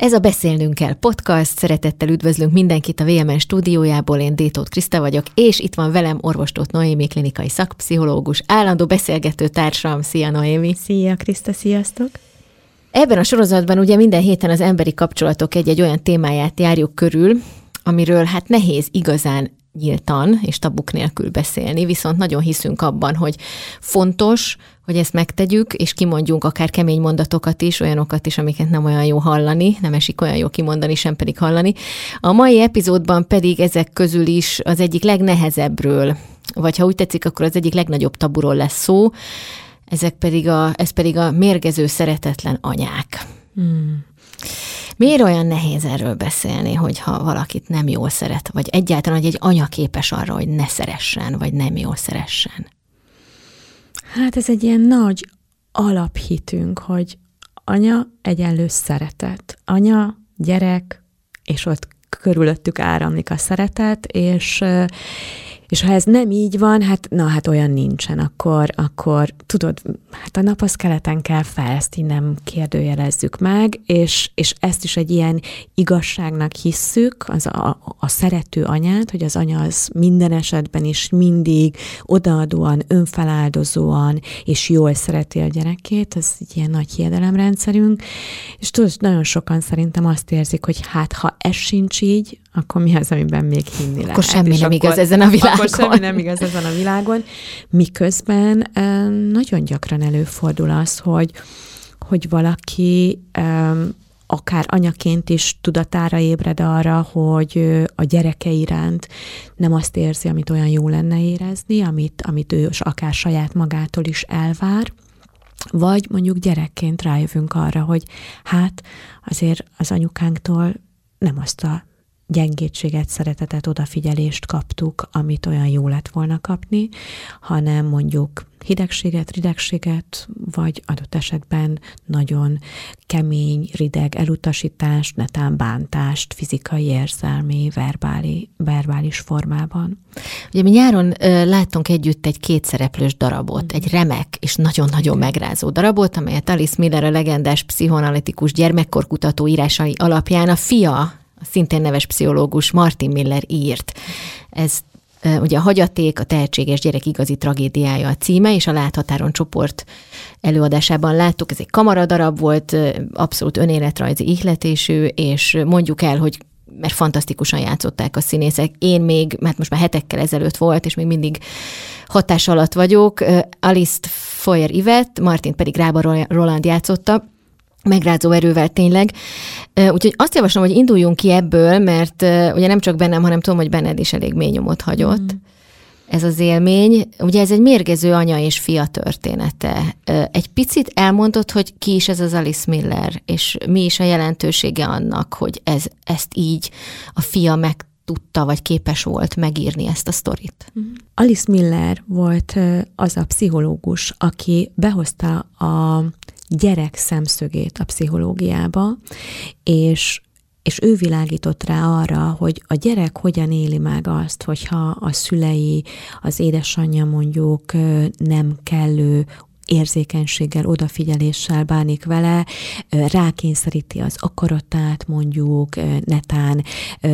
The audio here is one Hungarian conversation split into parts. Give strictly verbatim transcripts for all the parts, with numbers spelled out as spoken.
Ez a Beszélnünk kell podcast, szeretettel üdvözlünk mindenkit a vé em en stúdiójából, én Détóth Kriszta vagyok, és itt van velem orvos Tóth Noémi, klinikai szakpszichológus, állandó beszélgető társam. Szia, Noémi! Szia, Kriszta, sziasztok! Ebben a sorozatban ugye minden héten az emberi kapcsolatok egy-egy olyan témáját járjuk körül, amiről hát nehéz igazán nyíltan és tabuk nélkül beszélni, viszont nagyon hiszünk abban, hogy fontos, hogy ezt megtegyük, és kimondjunk akár kemény mondatokat is, olyanokat is, amiket nem olyan jó hallani, nem esik olyan jó kimondani, sem pedig hallani. A mai epizódban pedig ezek közül is az egyik legnehezebbről, vagy ha úgy tetszik, akkor az egyik legnagyobb taburól lesz szó, ezek pedig a, ez pedig a mérgező, szeretetlen anyák. Hmm. Miért olyan nehéz erről beszélni, hogyha valakit nem jól szeret, vagy egyáltalán, hogy egy anya képes arra, hogy ne szeressen, vagy nem jól szeressen? Hát ez egy ilyen nagy alaphitünk, hogy anya egyenlő szeretet. Anya, gyerek, és ott körülöttük áramlik a szeretet, és... És ha ez nem így van, hát na, hát olyan nincsen, akkor, akkor tudod, hát a nap az keleten kell fel, ezt így nem kérdőjelezzük meg, és, és ezt is egy ilyen igazságnak hisszük, az a, a szerető anyát, hogy az anya az minden esetben is mindig odaadóan, önfeláldozóan, és jól szereti a gyerekét, ez egy ilyen nagy hiedelemrendszerünk, és tudod, nagyon sokan szerintem azt érzik, hogy hát ha ez sincs így, akkor mi az, amiben még hinni lehet. Akkor semmi nem akkor, igaz ezen a világon. Akkor semmi nem igaz ezen a világon. Miközben nagyon gyakran előfordul az, hogy, hogy valaki akár anyaként is tudatára ébred arra, hogy a gyereke iránt nem azt érzi, amit olyan jó lenne érezni, amit, amit ő akár saját magától is elvár, vagy mondjuk gyerekként rájövünk arra, hogy hát azért az anyukánktól nem azt a gyengétséget, szeretetet, odafigyelést kaptuk, amit olyan jó lett volna kapni, hanem mondjuk hidegséget, ridegséget, vagy adott esetben nagyon kemény, rideg elutasítást, netán bántást, fizikai, érzelmi, verbális, verbális formában. Ugye mi nyáron ö, láttunk együtt egy kétszereplős darabot, mm. egy remek és nagyon-nagyon megrázó darabot, amelyet Alice Miller, a legendás pszichoanalitikus gyermekkorkutató írásai alapján a fia, a szintén neves pszichológus Martin Miller írt. Ez ugye a Hagyaték, a tehetséges gyerek igazi tragédiája a címe, és a Láthatáron csoport előadásában láttuk, ez egy kamaradarab volt, abszolút önéletrajzi ihletésű, és mondjuk el, hogy mert fantasztikusan játszották a színészek. Én még, mert most már hetekkel ezelőtt volt, és még mindig hatás alatt vagyok. Alice-t Foyer Yvette, Martin pedig Rába Roland játszotta, megrázó erővel tényleg. Úgyhogy azt javaslom, hogy induljunk ki ebből, mert ugye nem csak bennem, hanem tudom, hogy benned is elég mély nyomot hagyott. Mm. Ez az élmény. Ugye ez egy mérgező anya és fia története. Egy picit elmondod, hogy ki is ez az Alice Miller, és mi is a jelentősége annak, hogy ez, ezt így a fia meg tudta, vagy képes volt megírni ezt a sztorit. Alice Miller volt az a pszichológus, aki behozta a gyerek szemszögét a pszichológiába, és, és ő világított rá arra, hogy a gyerek hogyan éli meg azt, hogyha a szülei, az édesanyja mondjuk nem kellő érzékenységgel, odafigyeléssel bánik vele, rákényszeríti az akaratát mondjuk, netán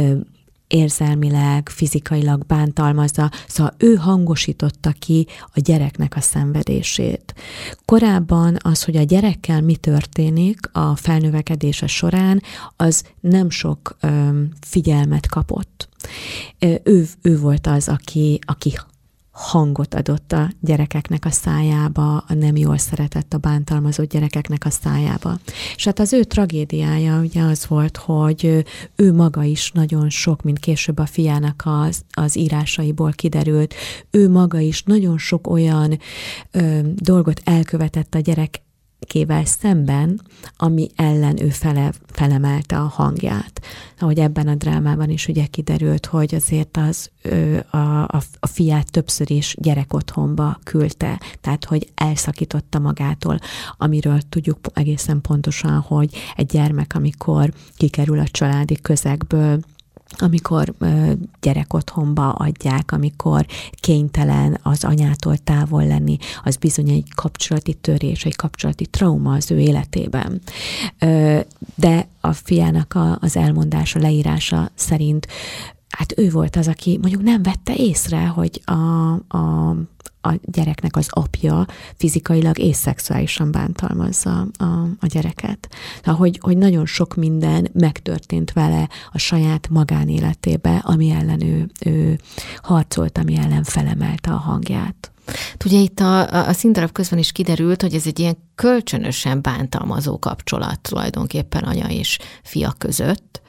érzelmileg, fizikailag bántalmazza, szóval ő hangosította ki a gyereknek a szenvedését. Korábban az, hogy a gyerekkel mi történik a felnövekedése során, az nem sok öm, figyelmet kapott. Ő, ő volt az, aki, aki hangot adott a gyerekeknek a szájába, a nem jól szeretett, a bántalmazott gyerekeknek a szájába. És hát az ő tragédiája ugye az volt, hogy ő maga is nagyon sok, mint később a fiának az, az írásaiból kiderült, ő maga is nagyon sok olyan ö, dolgot elkövetett a gyerek kével szemben, ami ellen ő fele, felemelte a hangját. Ahogy ebben a drámában is ugye kiderült, hogy azért az ő, a, a, a fiát többször is gyerekotthonba küldte, tehát hogy elszakította magától, amiről tudjuk egészen pontosan, hogy egy gyermek, amikor kikerül a családi közegből, amikor ö, gyerek otthonba adják, amikor kénytelen az anyától távol lenni, az bizony egy kapcsolati törés, egy kapcsolati trauma az ő életében. Ö, de a fiának a, az elmondása, leírása szerint hát ő volt az, aki mondjuk nem vette észre, hogy a, a, a gyereknek az apja fizikailag és szexuálisan bántalmazza a, a gyereket. Tehát, hogy, hogy nagyon sok minden megtörtént vele a saját magánéletébe, ami ellen ő, ő harcolt, ami ellen felemelte a hangját. Ugye itt a, a színdarab közben is kiderült, hogy ez egy ilyen kölcsönösen bántalmazó kapcsolat tulajdonképpen anya és fia között.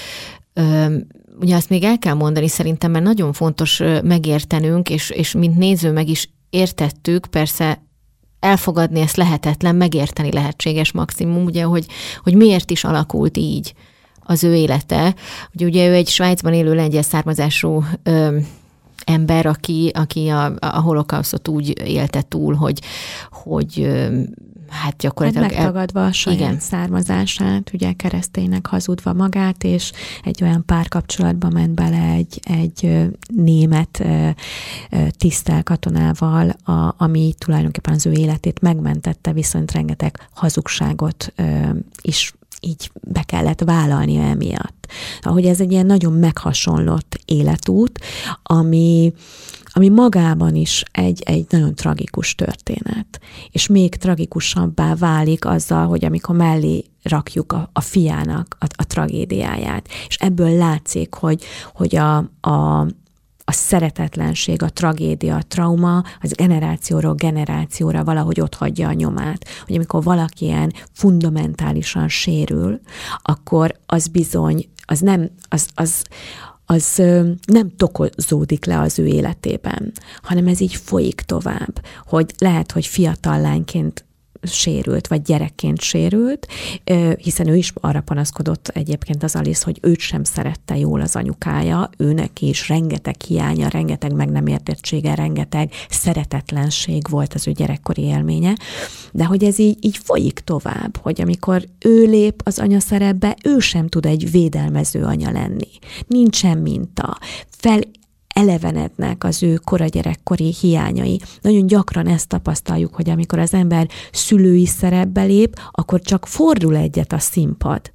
Üm, Ugye azt még el kell mondani szerintem, mert nagyon fontos megértenünk, és, és mint néző meg is értettük, persze elfogadni ezt lehetetlen, megérteni lehetséges maximum, ugye, hogy, hogy miért is alakult így az ő élete. Ugye, ugye ő egy Svájcban élő lengyel származású ö, ember, aki, aki a, a holokausztot úgy élte túl, hogy, hogy ö, hát gyakorlatilag... Hát megtagadva a saját igen. származását, ugye kereszténynek hazudva magát, és egy olyan párkapcsolatba ment bele egy, egy német tisztel katonával, a, ami tulajdonképpen az ő életét megmentette, viszont rengeteg hazugságot is így be kellett vállalnia emiatt. Ahogy ez egy ilyen nagyon meghasonlott életút, ami, ami magában is egy, egy nagyon tragikus történet. És még tragikusabbá válik azzal, hogy amikor mellé rakjuk a, a fiának a, a tragédiáját. És ebből látszik, hogy, hogy a, a a szeretetlenség, a tragédia, a trauma, az generációról generációra valahogy ott hagyja a nyomát. Hogy amikor valaki ilyen fundamentálisan sérül, akkor az bizony, az nem, az, az, az nem tokozódik le az ő életében, hanem ez így folyik tovább. Hogy lehet, hogy fiatal lányként sérült, vagy gyerekként sérült, hiszen ő is arra panaszkodott egyébként az Alice, hogy őt sem szerette jól az anyukája, őnek is rengeteg hiánya, rengeteg meg nem értettsége, rengeteg szeretetlenség volt az ő gyerekkori élménye, de hogy ez így, így folyik tovább, hogy amikor ő lép az anyaszerepbe, ő sem tud egy védelmező anya lenni. Nincsen minta. Fel elevenednek az ő koragyerekkori hiányai. Nagyon gyakran ezt tapasztaljuk, hogy amikor az ember szülői szerepbe lép, akkor csak fordul egyet a színpad.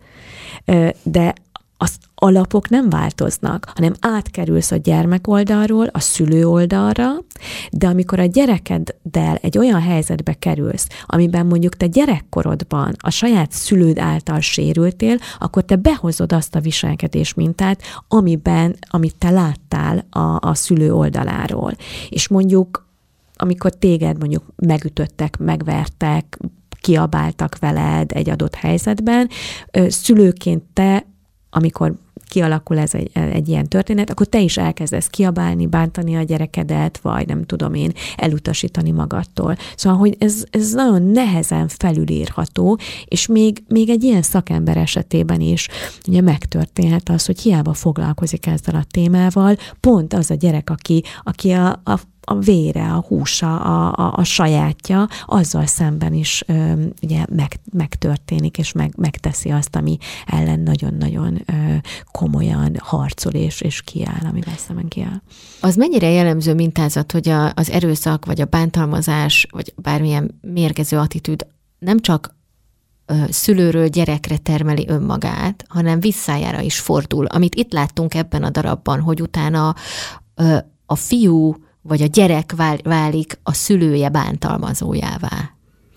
De az alapok nem változnak, hanem átkerülsz a gyermek oldalról a szülő oldalra, de amikor a gyerekeddel egy olyan helyzetbe kerülsz, amiben mondjuk te gyerekkorodban a saját szülőd által sérültél, akkor te behozod azt a viselkedés mintát, amiben, amit te láttál a, a szülő oldaláról. És mondjuk, amikor téged mondjuk megütöttek, megvertek, kiabáltak veled egy adott helyzetben, szülőként te, amikor kialakul ez egy, egy ilyen történet, akkor te is elkezdesz kiabálni, bántani a gyerekedet, vagy nem tudom én, elutasítani magadtól. Szóval, hogy ez, ez nagyon nehezen felülírható, és még, még egy ilyen szakember esetében is ugye megtörténhet az, hogy hiába foglalkozik ezzel a témával, pont az a gyerek, aki, aki a, a a vére, a húsa, a, a, a sajátja, azzal szemben is ö, ugye meg, megtörténik, és meg, megteszi azt, ami ellen nagyon-nagyon ö, komolyan harcol és, és kiáll, amivel szemben kiáll. Az mennyire jellemző mintázat, hogy a, az erőszak, vagy a bántalmazás, vagy bármilyen mérgező attitűd nem csak ö, szülőről gyerekre termeli önmagát, hanem visszájára is fordul. Amit itt láttunk ebben a darabban, hogy utána ö, a fiú vagy a gyerek válik a szülője bántalmazójává?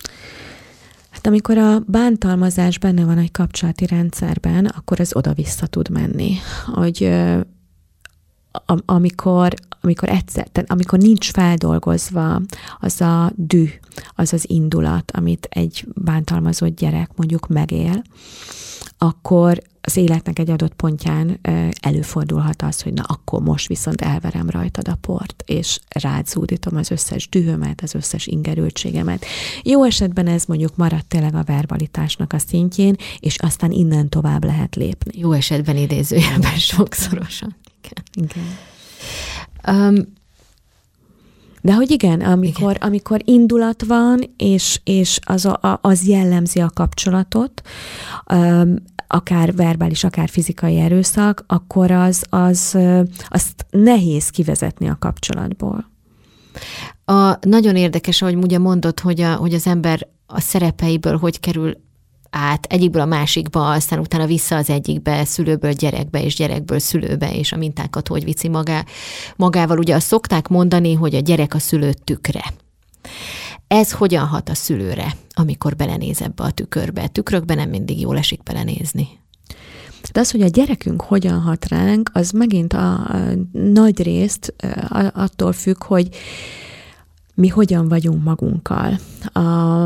Hát amikor a bántalmazás benne van egy kapcsolati rendszerben, akkor ez oda-vissza tud menni. Hogy a, amikor, amikor egyszer, tehát amikor nincs feldolgozva az a düh, az az indulat, amit egy bántalmazott gyerek mondjuk megél, akkor az életnek egy adott pontján előfordulhat az, hogy na akkor most viszont elverem rajtad a port, és rád zúdítom az összes dühömet, az összes ingerültségemet. Jó esetben ez mondjuk maradt tényleg a verbalitásnak a szintjén, és aztán innen tovább lehet lépni. Jó esetben idézőjelben sokszorosan. Igen. Um, De hogy igen, amikor, igen. amikor indulat van, és, és az, a, az jellemzi a kapcsolatot, akár verbális, akár fizikai erőszak, akkor az, az, azt nehéz kivezetni a kapcsolatból. A, nagyon érdekes, ahogy ugye mondod, hogy, a, hogy az ember a szerepeiből hogy kerül át egyikből a másikba, aztán utána vissza az egyikbe, szülőből gyerekbe, és gyerekből szülőbe, és a mintákat hogy viszi magá, magával. Ugye azt szokták mondani, hogy a gyerek a szülő tükre. Ez hogyan hat a szülőre, amikor belenéz ebbe a tükörbe? Tükrökben nem mindig jól esik belenézni. De az, hogy a gyerekünk hogyan hat ránk, az megint a, a nagy részt a, attól függ, hogy mi hogyan vagyunk magunkkal. A,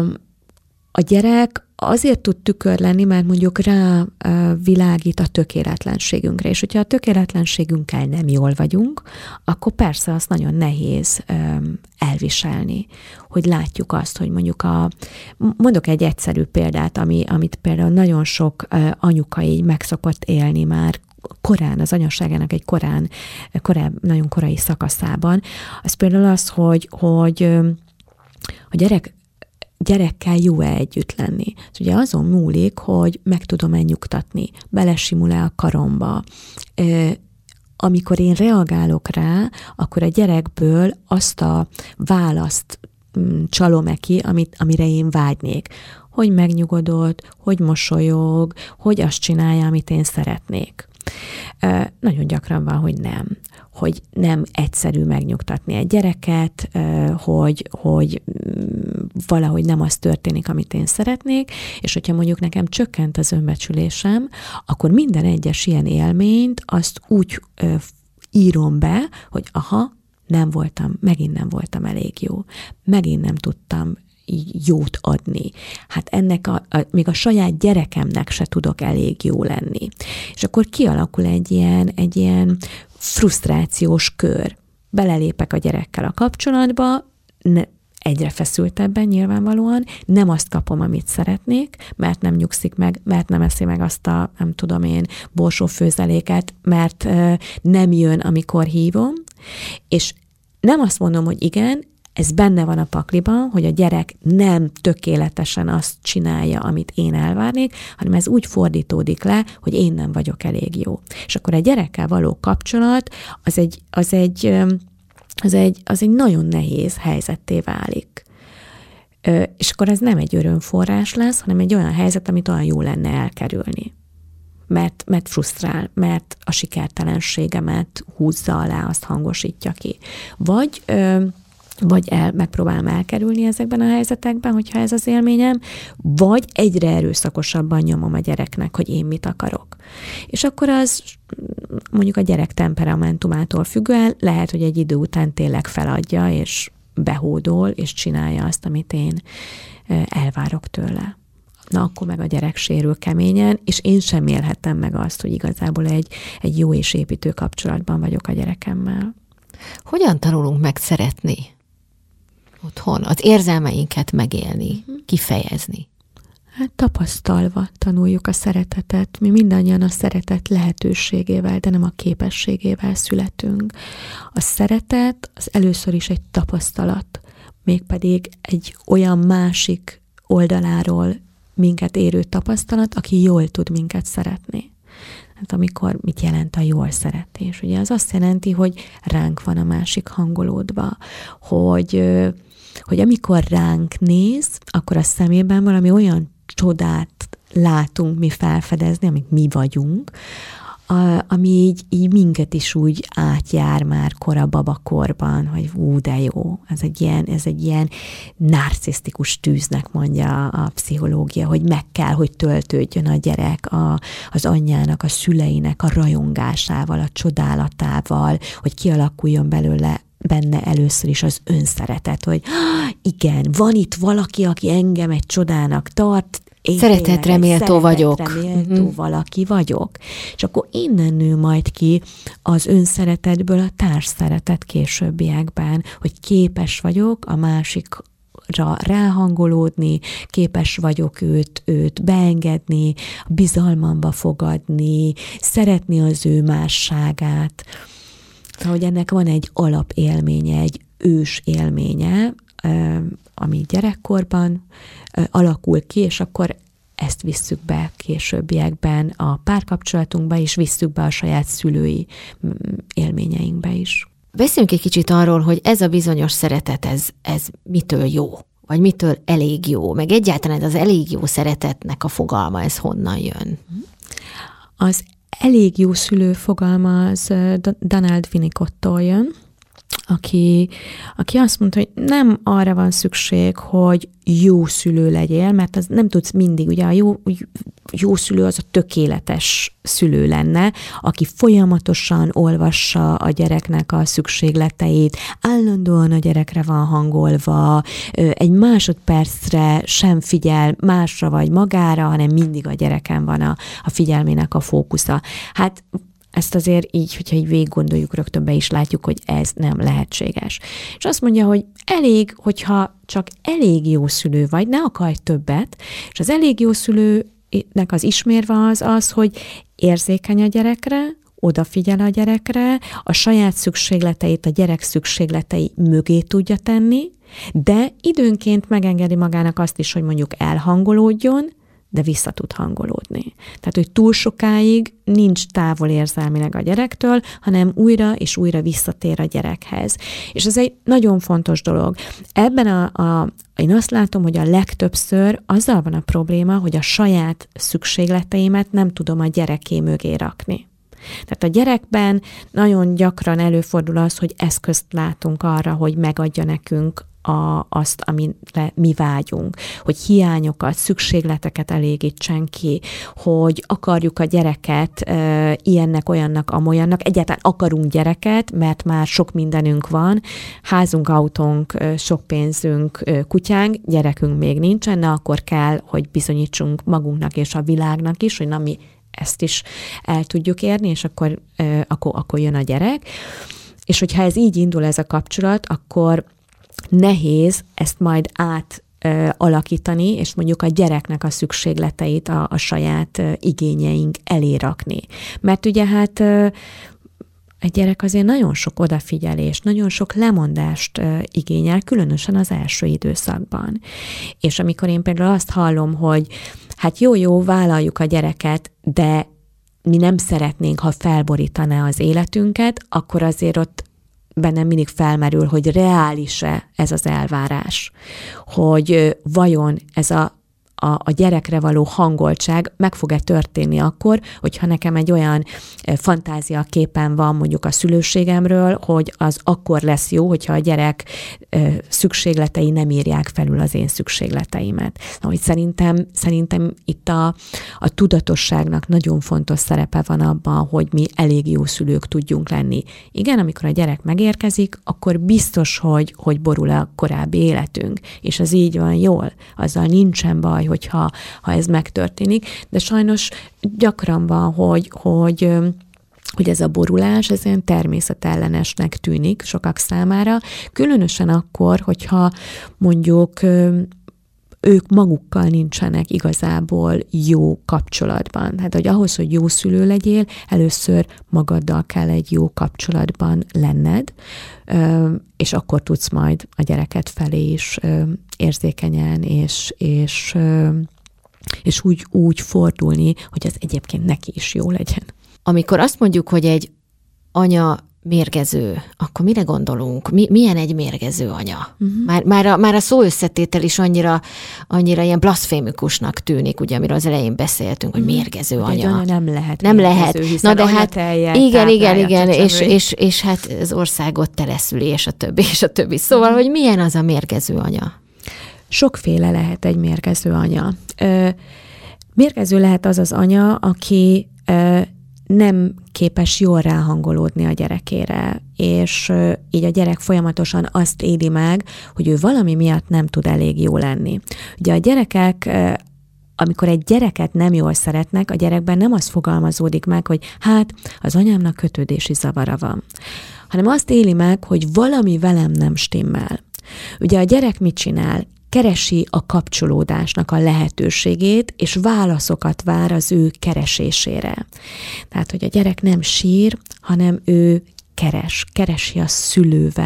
a gyerek azért tud tükör lenni, mert mondjuk rá világít a tökéletlenségünkre, és hogyha a tökéletlenségünkkel nem jól vagyunk, akkor persze azt nagyon nehéz elviselni, hogy látjuk azt, hogy mondjuk a, mondok egy egyszerű példát, ami, amit például nagyon sok anyuka így meg szokott élni már korán, az anyaságának egy korán, korább, nagyon korai szakaszában, az például az, hogy, hogy a gyerek gyerekkel jó-e együtt lenni. Ez ugye azon múlik, hogy meg tudom-e nyugtatni, belesimul-e a karomba. Amikor én reagálok rá, akkor a gyerekből azt a választ csalom-e ki, amit, amire én vágynék. Hogy megnyugodott, hogy mosolyog, hogy azt csinálja, amit én szeretnék. Nagyon gyakran van, hogy nem. Hogy nem egyszerű megnyugtatni egy gyereket, hogy, hogy valahogy nem az történik, amit én szeretnék, és hogyha mondjuk nekem csökkent az önbecsülésem, akkor minden egyes ilyen élményt azt úgy írom be, hogy aha, nem voltam, megint nem voltam elég jó, megint nem tudtam jót adni. Hát ennek a, a, még a saját gyerekemnek se tudok elég jó lenni. És akkor kialakul egy ilyen, egy ilyen frusztrációs kör. Belelépek a gyerekkel a kapcsolatba, ne, egyre feszültebben nyilvánvalóan, nem azt kapom, amit szeretnék, mert nem nyugszik meg, mert nem eszi meg azt a, nem tudom én, borsófőzeléket, mert uh, nem jön, amikor hívom, és nem azt mondom, hogy igen, ez benne van a pakliban, hogy a gyerek nem tökéletesen azt csinálja, amit én elvárnék, hanem ez úgy fordítódik le, hogy én nem vagyok elég jó. És akkor a gyerekkel való kapcsolat az egy, az egy, az egy, az egy nagyon nehéz helyzetté válik. És akkor ez nem egy örömforrás lesz, hanem egy olyan helyzet, amit olyan jó lenne elkerülni. Mert, mert frusztrál, mert a sikertelenségemet húzza alá, azt hangosítja ki. Vagy... vagy el, megpróbálom elkerülni ezekben a helyzetekben, hogyha ez az élményem, vagy egyre erőszakosabban nyomom a gyereknek, hogy én mit akarok. És akkor az mondjuk a gyerek temperamentumától függően lehet, hogy egy idő után tényleg feladja, és behódol, és csinálja azt, amit én elvárok tőle. Na, akkor meg a gyerek sérül keményen, és én sem élhetem meg azt, hogy igazából egy, egy jó és építő kapcsolatban vagyok a gyerekemmel. Hogyan tanulunk meg szeretni otthon? Az érzelmeinket megélni, kifejezni? Hát tapasztalva tanuljuk a szeretetet. Mi mindannyian a szeretet lehetőségével, de nem a képességével születünk. A szeretet az először is egy tapasztalat, mégpedig egy olyan másik oldaláról minket érő tapasztalat, aki jól tud minket szeretni. Hát amikor mit jelent a jól szeretés? Ugye az azt jelenti, hogy ránk van a másik hangolódva, hogy, hogy amikor ránk néz, akkor a szemében valami olyan csodát látunk mi felfedezni, amik mi vagyunk, a, ami így, így minket is úgy átjár már kora babakorban, hogy ú, de jó, ez egy ilyen, ez egy ilyen narcisztikus tűznek mondja a pszichológia, hogy meg kell, hogy töltődjön a gyerek a, az anyjának, a szüleinek a rajongásával, a csodálatával, hogy kialakuljon belőle benne először is az önszeretet, hogy igen, van itt valaki, aki engem egy csodának tart, szeretetre méltó vagyok. Szeretetre méltó uh-huh. valaki vagyok. És akkor innen nő majd ki az önszeretetből a társszeretet későbbiekben, hogy képes vagyok a másikra ráhangolódni, képes vagyok őt, őt beengedni, bizalmamba fogadni, szeretni az ő másságát. Hogy ennek van egy alapélménye, egy ős élménye, ami gyerekkorban alakul ki, és akkor ezt visszük be későbbiekben a párkapcsolatunkba, és visszük be a saját szülői élményeinkbe is. Beszéljünk egy kicsit arról, hogy ez a bizonyos szeretet, ez, ez mitől jó, vagy mitől elég jó, meg egyáltalán az elég jó szeretetnek a fogalma, ez honnan jön? Az elég jó szülő fogalma az Donald Winnicott-tól jön, aki, aki azt mondta, hogy nem arra van szükség, hogy jó szülő legyél, mert az nem tudsz mindig, ugye a jó, jó szülő az a tökéletes szülő lenne, aki folyamatosan olvassa a gyereknek a szükségleteit, állandóan a gyerekre van hangolva, egy másodpercre sem figyel másra vagy magára, hanem mindig a gyereken van a, a figyelmének a fókusza. Hát ezt azért így, hogyha így végig gondoljuk, rögtön be is látjuk, hogy ez nem lehetséges. És azt mondja, hogy elég, hogyha csak elég jó szülő vagy, ne akarj többet, és az elég jó szülőnek az ismérve az az, hogy érzékeny a gyerekre, odafigyel a gyerekre, a saját szükségleteit, a gyerek szükségletei mögé tudja tenni, de időnként megengedi magának azt is, hogy mondjuk elhangolódjon, de vissza tud hangolódni. Tehát, hogy túl sokáig nincs távol érzelmileg a gyerektől, hanem újra és újra visszatér a gyerekhez. És ez egy nagyon fontos dolog. Ebben a, a én azt látom, hogy a legtöbbször azzal van a probléma, hogy a saját szükségleteimet nem tudom a gyereké mögé rakni. Tehát a gyerekben nagyon gyakran előfordul az, hogy eszközt látunk arra, hogy megadja nekünk A, azt, amire mi vágyunk, hogy hiányokat, szükségleteket elégítsen ki, hogy akarjuk a gyereket e, ilyennek, olyannak, amolyannak, egyáltalán akarunk gyereket, mert már sok mindenünk van, házunk, autónk, sok pénzünk, kutyánk, gyerekünk még nincsen, na akkor kell, hogy bizonyítsunk magunknak és a világnak is, hogy na mi ezt is el tudjuk érni, és akkor, e, akkor, akkor jön a gyerek. És hogyha ez így indul ez a kapcsolat, akkor nehéz ezt majd átalakítani, és mondjuk a gyereknek a szükségleteit a, a saját ö, igényeink elé rakni. Mert ugye hát ö, egy gyerek azért nagyon sok odafigyelést, nagyon sok lemondást ö, igényel, különösen az első időszakban. És amikor én például azt hallom, hogy hát jó-jó, vállaljuk a gyereket, de mi nem szeretnénk, ha felborítaná az életünket, akkor azért ott bennem mindig felmerül, hogy reális-e ez az elvárás, hogy vajon ez a, a, a gyerekre való hangoltság meg fog-e történni akkor, hogyha nekem egy olyan fantázia képen van mondjuk a szülőségemről, hogy az akkor lesz jó, hogyha a gyerek szükségletei nem írják felül az én szükségleteimet. Ahogy szerintem, szerintem itt a, a tudatosságnak nagyon fontos szerepe van abban, hogy mi elég jó szülők tudjunk lenni. Igen, amikor a gyerek megérkezik, akkor biztos, hogy, hogy borul a korábbi életünk, és az így van jól, azzal nincsen baj, hogyha ha ez megtörténik, de sajnos gyakran van, hogy, hogy hogy ez a borulás, ez ilyen természetellenesnek tűnik sokak számára, különösen akkor, hogyha mondjuk ők magukkal nincsenek igazából jó kapcsolatban. Hát, hogy ahhoz, hogy jó szülő legyél, először magaddal kell egy jó kapcsolatban lenned, és akkor tudsz majd a gyereket felé is érzékenyen, és, és, és úgy, úgy fordulni, hogy az egyébként neki is jó legyen. Amikor azt mondjuk, hogy egy anya mérgező, akkor mire gondolunk? Mi, milyen egy mérgező anya? Uh-huh. Már, már, a, már a szó összetétel is annyira, annyira ilyen blaszfémikusnak tűnik, ugye, amiről az elején beszéltünk, hogy mérgező anya. Egy anya nem lehet nem mérgező, lehet. Na de hát igen, igen, igen, és, és, és, és hát az országot teleszüli, és a többi, és a többi. Szóval, uh-huh. hogy milyen az a mérgező anya? Sokféle lehet egy mérgező anya. Ö, mérgező lehet az az anya, aki ö, nem képes jól ráhangolódni a gyerekére, és így a gyerek folyamatosan azt éli meg, hogy ő valami miatt nem tud elég jó lenni. Ugye a gyerekek, amikor egy gyereket nem jól szeretnek, a gyerekben nem az fogalmazódik meg, hogy hát az anyámnak kötődési zavara van, hanem azt éli meg, hogy valami velem nem stimmel. Ugye a gyerek mit csinál? Keresi a kapcsolódásnak a lehetőségét, és válaszokat vár az ő keresésére. Tehát, hogy a gyerek nem sír, hanem ő keres, keresi a szülővel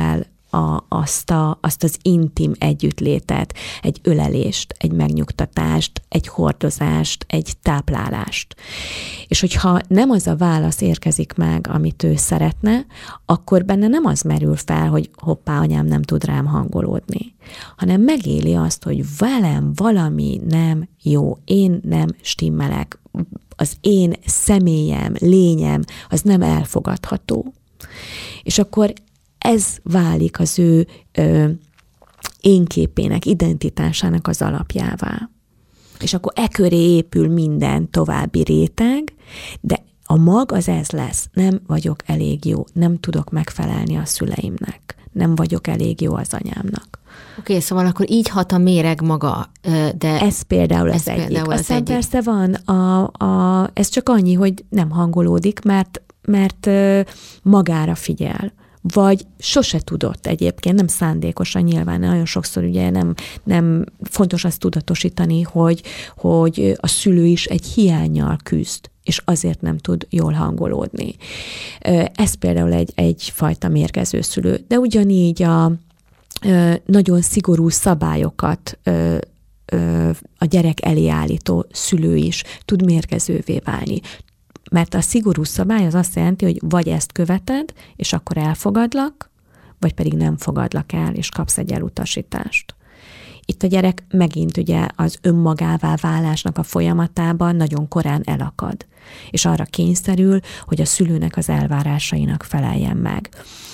a, azt, a, azt az intim együttlétet, egy ölelést, egy megnyugtatást, egy hordozást, egy táplálást. És hogyha nem az a válasz érkezik meg, amit ő szeretne, akkor benne nem az merül fel, hogy hoppá, anyám nem tud rám hangolódni, hanem megéli azt, hogy velem valami nem jó, én nem stimmelek, az én személyem, lényem, az nem elfogadható. És akkor ez válik az ő ö, énképének, identitásának az alapjává. És akkor e köré épül minden további réteg, de a mag az ez lesz. Nem vagyok elég jó, nem tudok megfelelni a szüleimnek, nem vagyok elég jó az anyámnak. Oké, okay, szóval akkor így hat a méreg maga, de... Ez például ez az egyik. Például Aztán az persze egyik. van, a, a, ez csak annyi, hogy nem hangolódik, mert, mert magára figyel. Vagy sose tudott egyébként, nem szándékosan nyilván, nagyon sokszor ugye nem, nem fontos azt tudatosítani, hogy, hogy a szülő is egy hiánnyal küzd, és azért nem tud jól hangolódni. Ez például egy, egyfajta mérgező szülő. De ugyanígy a nagyon szigorú szabályokat a gyerek elé állító szülő is tud mérgezővé válni. Mert a szigorú szabály az azt jelenti, hogy vagy ezt követed, és akkor elfogadlak, vagy pedig nem fogadlak el, és kapsz egy elutasítást. Itt a gyerek megint ugye az önmagává válásnak a folyamatában nagyon korán elakad, és arra kényszerül, hogy a szülőnek az elvárásainak feleljen meg.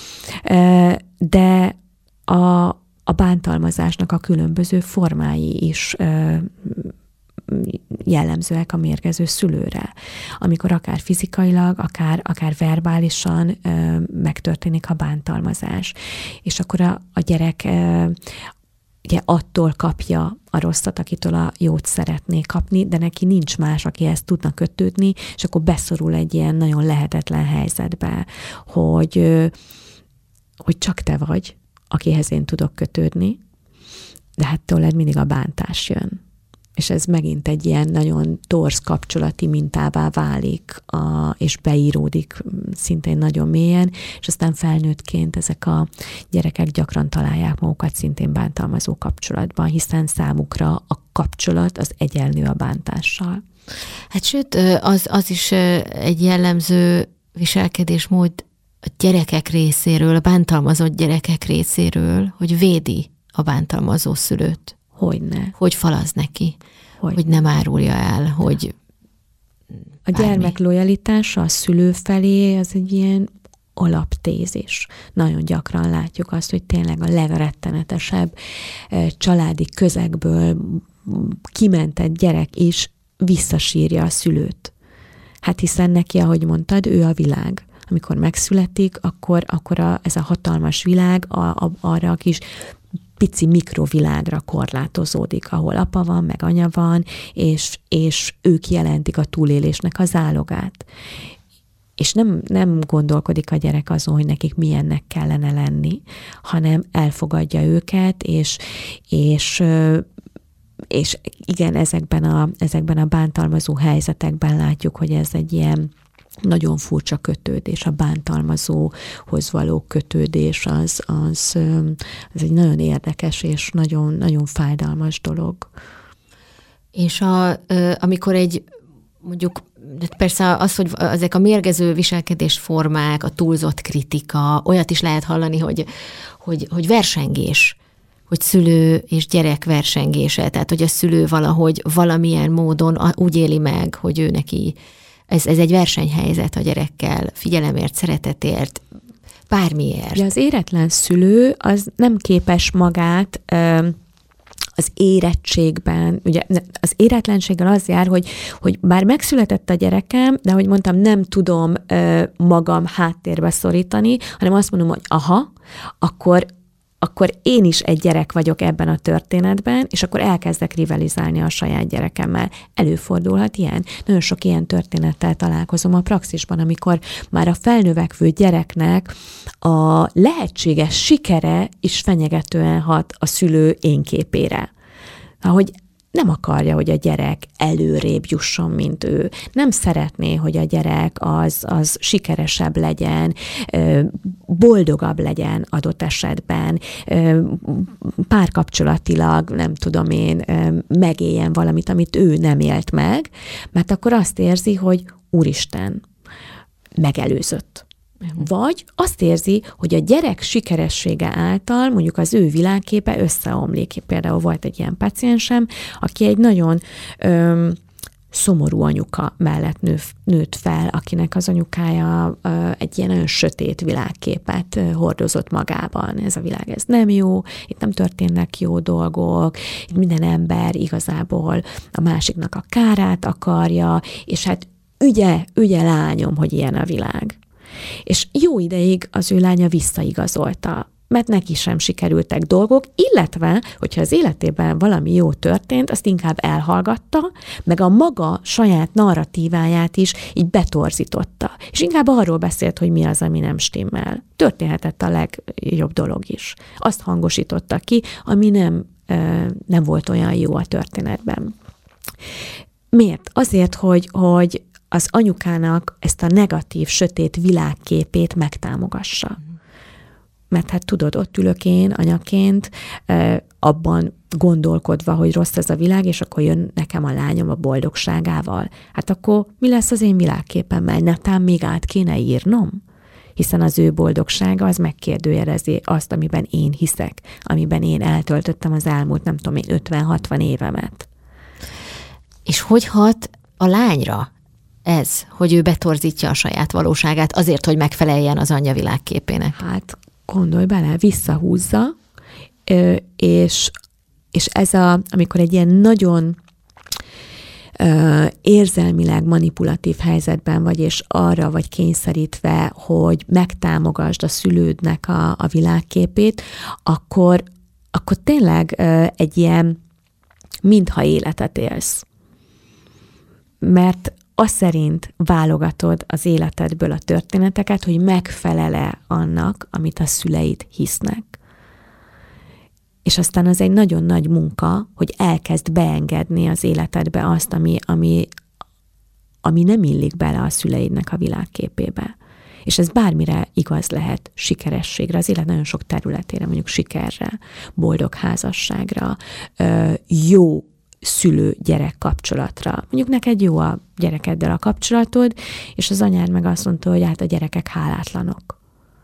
De a, a bántalmazásnak a különböző formái is jellemzőek a mérgező szülőre. Amikor akár fizikailag, akár, akár verbálisan ö, megtörténik a bántalmazás. És akkor a, a gyerek ö, ugye attól kapja a rosszat, akitől a jót szeretné kapni, de neki nincs más, akihez tudna kötődni, és akkor beszorul egy ilyen nagyon lehetetlen helyzetbe, hogy, ö, hogy csak te vagy, akihez én tudok kötődni, de hát tőled mindig a bántás jön. És ez megint egy ilyen nagyon torz kapcsolati mintává válik, a, és beíródik szintén nagyon mélyen, és aztán felnőttként ezek a gyerekek gyakran találják magukat szintén bántalmazó kapcsolatban, hiszen számukra a kapcsolat az egyenlő a bántással. Hát sőt, az, az is egy jellemző viselkedésmód a gyerekek részéről, a bántalmazott gyerekek részéről, hogy védi a bántalmazó szülőt. Hogyne. Hogy falaz neki, hogy, hogy nem árulja el, hogy a bármi. Gyermek lojalitása a szülő felé az egy ilyen alaptézis. Nagyon gyakran látjuk azt, hogy tényleg a legrettenetesebb családi közegből kimentett gyerek is visszasírja a szülőt. Hát hiszen neki, ahogy mondtad, ő a világ. Amikor megszületik, akkor, akkor a, ez a hatalmas világ a, a, arra a kis pici mikrovilágra korlátozódik, ahol apa van, meg anya van, és, és ők jelentik a túlélésnek az zálogát. És nem, nem gondolkodik a gyerek azon, hogy nekik milyennek kellene lenni, hanem elfogadja őket, és, és, és igen, ezekben a, ezekben a bántalmazó helyzetekben látjuk, hogy ez egy ilyen nagyon furcsa kötődés, a bántalmazóhoz való kötődés az, az, az egy nagyon érdekes és nagyon, nagyon fájdalmas dolog. És a, amikor egy, mondjuk, persze az, hogy ezek a mérgező viselkedésformák, a túlzott kritika, olyat is lehet hallani, hogy, hogy, hogy versengés, hogy szülő és gyerek versengése, tehát hogy a szülő valahogy valamilyen módon úgy éli meg, hogy ő neki Ez, ez egy versenyhelyzet a gyerekkel, figyelemért, szeretetért, bármiért. Ugye az éretlen szülő az nem képes magát az érettségben, ugye az éretlenséggel az jár, hogy, hogy bár megszületett a gyerekem, de ahogy mondtam, nem tudom magam háttérbe szorítani, hanem azt mondom, hogy aha, akkor akkor én is egy gyerek vagyok ebben a történetben, és akkor elkezdek rivalizálni a saját gyerekemmel. Előfordulhat ilyen. Nagyon sok ilyen történettel találkozom a praxisban, amikor már a felnövekvő gyereknek a lehetséges sikere is fenyegetően hat a szülő énképére. Ahogy nem akarja, hogy a gyerek előrébb jusson, mint ő. Nem szeretné, hogy a gyerek az, az sikeresebb legyen, boldogabb legyen adott esetben, párkapcsolatilag, nem tudom én, megéljen valamit, amit ő nem élt meg, mert akkor azt érzi, hogy úristen, megelőzött. Vagy azt érzi, hogy a gyerek sikeressége által mondjuk az ő világképe összeomlik. Például volt egy ilyen paciensem, aki egy nagyon öm, szomorú anyuka mellett nő, nőtt fel, akinek az anyukája ö, egy ilyen nagyon sötét világképet ö, hordozott magában. Ez a világ, ez nem jó, itt nem történnek jó dolgok, itt minden ember igazából a másiknak a kárát akarja, és hát ügye, ügye lányom, hogy ilyen a világ. És jó ideig az ő lánya visszaigazolta, mert neki sem sikerültek dolgok, illetve, hogyha az életében valami jó történt, azt inkább elhallgatta, meg a maga saját narratíváját is így betorzította. És inkább arról beszélt, hogy mi az, ami nem stimmel. Történhetett a legjobb dolog is. Azt hangosította ki, ami nem, nem volt olyan jó a történetben. Miért? Azért, hogy, hogy az anyukának ezt a negatív, sötét világképét megtámogassa. Mert hát tudod, ott ülök én anyaként, abban gondolkodva, hogy rossz ez a világ, és akkor jön nekem a lányom a boldogságával. Hát akkor mi lesz az én világképemmel? Netán még át kéne írnom? Hiszen az ő boldogsága az megkérdőjelezi azt, amiben én hiszek, amiben én eltöltöttem az elmúlt, nem tudom én, ötven-hatvan évemet. És hogy hat a lányra ez, hogy ő betorzítja a saját valóságát azért, hogy megfeleljen az anyja világképének? Hát gondolj bele, visszahúzza, és, és ez a, amikor egy ilyen nagyon érzelmileg manipulatív helyzetben vagy, és arra vagy kényszerítve, hogy megtámogasd a szülődnek a, a világképét, akkor, akkor tényleg egy ilyen mintha életet élsz. Mert az szerint válogatod az életedből a történeteket, hogy megfelele annak, amit a szüleid hisznek. És aztán az egy nagyon nagy munka, hogy elkezd beengedni az életedbe azt, ami, ami, ami nem illik bele a szüleidnek a világképébe. És ez bármire igaz lehet, sikerességre, az élet nagyon sok területére, mondjuk sikerre, boldog házasságra, jó szülő-gyerek kapcsolatra. Mondjuk neked jó a gyerekeddel a kapcsolatod, és az anyád meg azt mondta, hogy hát a gyerekek hálátlanok.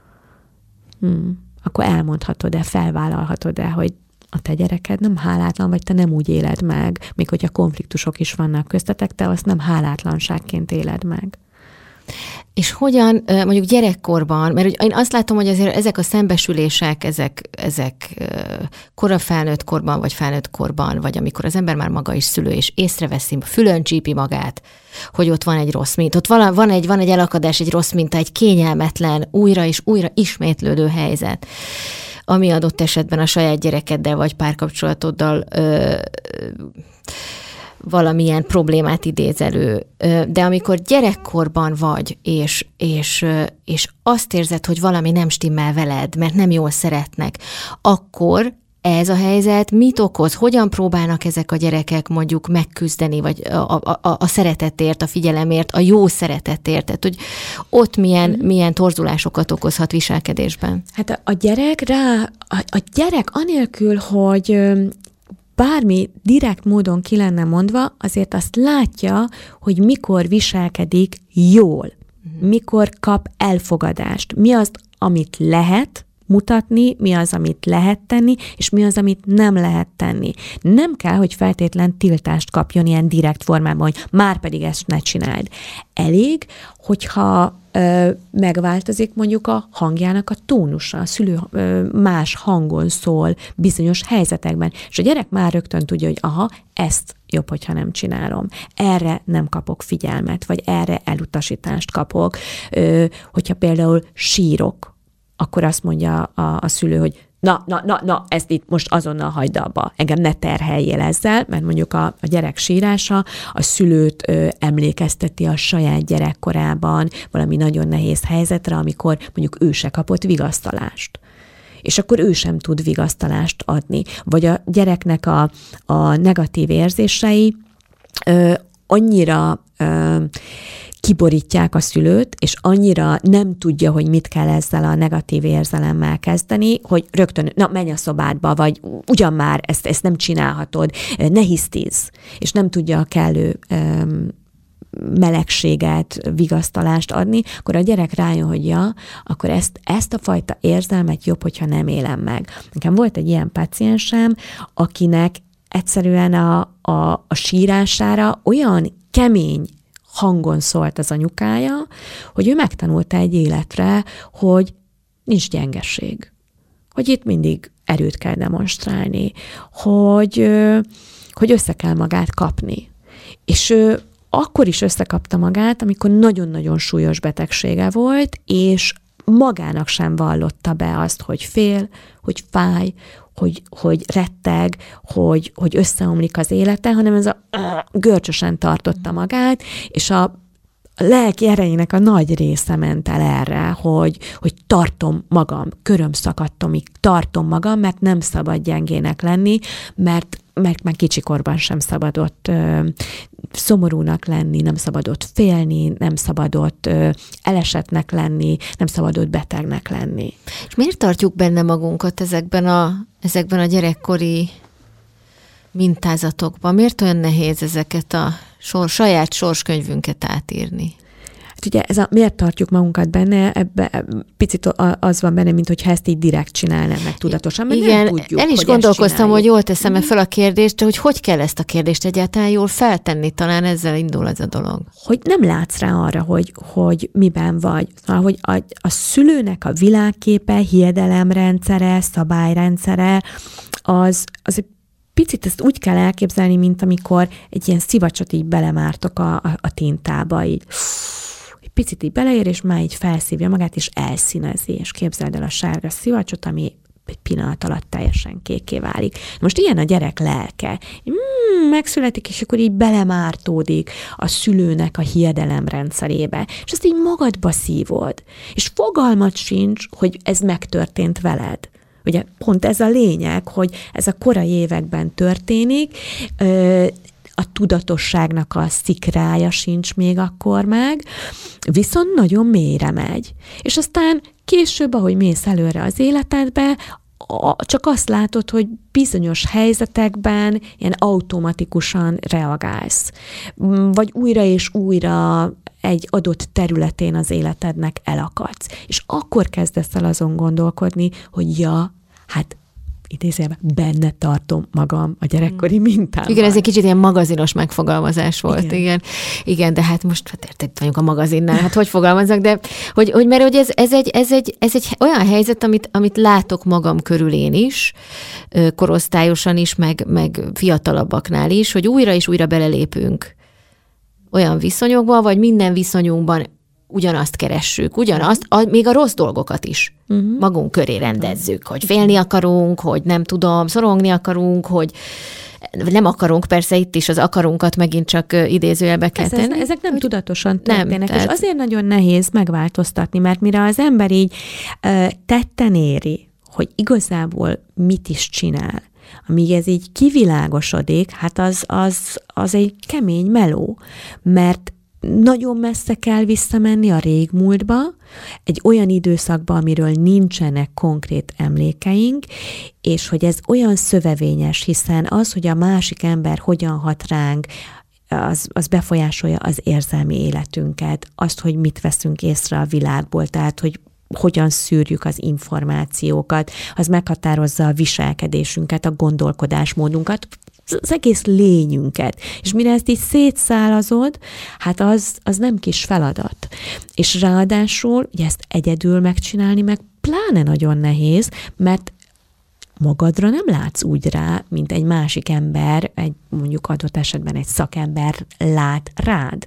Hmm. Akkor elmondhatod-e, felvállalhatod-e, hogy a te gyereked nem hálátlan, vagy te nem úgy éled meg, még hogyha konfliktusok is vannak köztetek, te azt nem hálátlanságként éled meg. És hogyan, mondjuk gyerekkorban, mert én azt látom, hogy azért ezek a szembesülések, ezek, ezek kora felnőtt korban, vagy felnőtt korban, vagy amikor az ember már maga is szülő, és észreveszi, fülön csípi magát, hogy ott van egy rossz minta, ott van, van, egy, van egy elakadás, egy rossz minta, egy kényelmetlen, újra és újra ismétlődő helyzet, ami adott esetben a saját gyerekeddel, vagy párkapcsolatoddal ö, valamilyen problémát idéz elő. De amikor gyerekkorban vagy, és, és, és azt érzed, hogy valami nem stimmel veled, mert nem jól szeretnek, akkor ez a helyzet mit okoz? Hogyan próbálnak ezek a gyerekek mondjuk megküzdeni, vagy a, a, a szeretetért, a figyelemért, a jó szeretetért? Tehát, hogy ott milyen, mm. milyen torzulásokat okozhat viselkedésben? Hát a, a gyerek rá, a, a gyerek anélkül, hogy bármi direkt módon ki lenne mondva, azért azt látja, hogy mikor viselkedik jól, mm. mikor kap elfogadást, mi az, amit lehet mutatni, mi az, amit lehet tenni, és mi az, amit nem lehet tenni. Nem kell, hogy feltétlen tiltást kapjon ilyen direkt formában, hogy már pedig ezt ne csináld. Elég, hogyha ö, megváltozik mondjuk a hangjának a tónusa, a szülő ö, más hangon szól bizonyos helyzetekben, és a gyerek már rögtön tudja, hogy aha, ezt jobb, hogyha nem csinálom. Erre nem kapok figyelmet, vagy erre elutasítást kapok. Ö, hogyha például sírok, akkor azt mondja a, a szülő, hogy na, na, na, na, ezt itt most azonnal hagyd abba, engem ne terheljél ezzel, mert mondjuk a, a gyerek sírása a szülőt ö, emlékezteti a saját gyerekkorában valami nagyon nehéz helyzetre, amikor mondjuk ő se kapott vigasztalást. És akkor ő sem tud vigasztalást adni. Vagy a gyereknek a, a negatív érzései, ö, annyira ö, kiborítják a szülőt, és annyira nem tudja, hogy mit kell ezzel a negatív érzelemmel kezdeni, hogy rögtön, na, menj a szobádba, vagy ugyan már, ezt, ezt nem csinálhatod, ne hisztiz, és nem tudja a kellő ö, melegséget, vigasztalást adni, akkor a gyerek rájön, hogy ja, akkor ezt, ezt a fajta érzelmet jobb, hogyha nem élem meg. Nekem volt egy ilyen páciensem, akinek egyszerűen a, a, a sírására olyan kemény hangon szólt az anyukája, hogy ő megtanulta egy életre, hogy nincs gyengeség, hogy itt mindig erőt kell demonstrálni, hogy, hogy össze kell magát kapni. És ő akkor is összekapta magát, amikor nagyon-nagyon súlyos betegsége volt, és magának sem vallotta be azt, hogy fél, hogy fáj, hogy, hogy retteg, hogy, hogy összeomlik az élete, hanem ez a görcsösen tartotta magát, és a lelki erejének a nagy része ment el erre, hogy, hogy tartom magam, köröm szakadtomig, tartom magam, mert nem szabad gyengének lenni, mert, mert már kicsikorban sem szabadott ö, szomorúnak lenni, nem szabadott félni, nem szabadott ö, elesetnek lenni, nem szabadott betegnek lenni. És miért tartjuk benne magunkat ezekben a, ezekben a gyerekkori mintázatokban? Miért olyan nehéz ezeket a sor, saját sorskönyvünket átírni? Hát ugye ez a miért tartjuk magunkat benne, ebbe picit az van benne, mint hogyha ezt így direkt csinálnám meg tudatosan, mert igen, nem tudjuk, el is hogy gondolkoztam, hogy jól teszem-e fel a kérdést, hogy hogy kell ezt a kérdést egyáltalán jól feltenni, talán ezzel indul ez a dolog. Hogy nem látsz rá arra, hogy, hogy miben vagy. Szóval, hogy a, a szülőnek a világképe, hiedelemrendszere, szabályrendszere, az, az egy picit ezt úgy kell elképzelni, mint amikor egy ilyen szivacsot így belemártok a, a, a tintába, így egy picit így beleér, és már így felszívja magát, és elszínezi, és képzeld el a sárga szivacsot, ami egy pillanat alatt teljesen kékké válik. Most ilyen a gyerek lelke. Mm, megszületik, és akkor így belemártódik a szülőnek a hiedelemrendszerébe, és ezt így magadba szívod, és fogalmat sincs, hogy ez megtörtént veled. Ugye pont ez a lényeg, hogy ez a korai években történik, a tudatosságnak a szikrája sincs még akkor meg, viszont nagyon mélyre megy. És aztán később, ahogy mész előre az életedbe, csak azt látod, hogy bizonyos helyzetekben ilyen automatikusan reagálsz. Vagy újra és újra egy adott területén az életednek elakadsz. És akkor kezdesz el azon gondolkodni, hogy ja, hát idézőjelben benne tartom magam a gyerekkori mintában. Igen, ez egy kicsit ilyen magazinos megfogalmazás volt, igen. Igen, igen de hát most hát érted, vagyunk a magazinnál, hát hogy fogalmazzak, de hogy, hogy mert hogy ez, ez, egy, ez, egy, ez egy olyan helyzet, amit, amit látok magam körül én is, korosztályosan is, meg, meg fiatalabbaknál is, hogy újra és újra belelépünk olyan viszonyokban, vagy minden viszonyunkban ugyanazt keressük, ugyanazt, a, még a rossz dolgokat is uh-huh. magunk köré rendezzük, hogy félni akarunk, hogy nem tudom, szorongni akarunk, hogy nem akarunk, persze itt is az akarunkat megint csak idézőjelbe kell tenni. Ez, ezek nem hogy tudatosan történnek, nem, tehát... és azért nagyon nehéz megváltoztatni, mert mire az ember így uh, tetten éri, hogy igazából mit is csinál, amíg ez így kivilágosodik, hát az, az, az egy kemény meló, mert nagyon messze kell visszamenni a régmúltba, egy olyan időszakba, amiről nincsenek konkrét emlékeink, és hogy ez olyan szövevényes, hiszen az, hogy a másik ember hogyan hat ránk, az, az befolyásolja az érzelmi életünket, azt, hogy mit veszünk észre a világból, tehát, hogy hogyan szűrjük az információkat, az meghatározza a viselkedésünket, a gondolkodásmódunkat, az egész lényünket. És mire ezt így szétszálazod, hát az, az nem kis feladat. És ráadásul, ugye ezt egyedül megcsinálni, meg pláne nagyon nehéz, mert magadra nem látsz úgy rá, mint egy másik ember, egy mondjuk adott esetben egy szakember lát rád.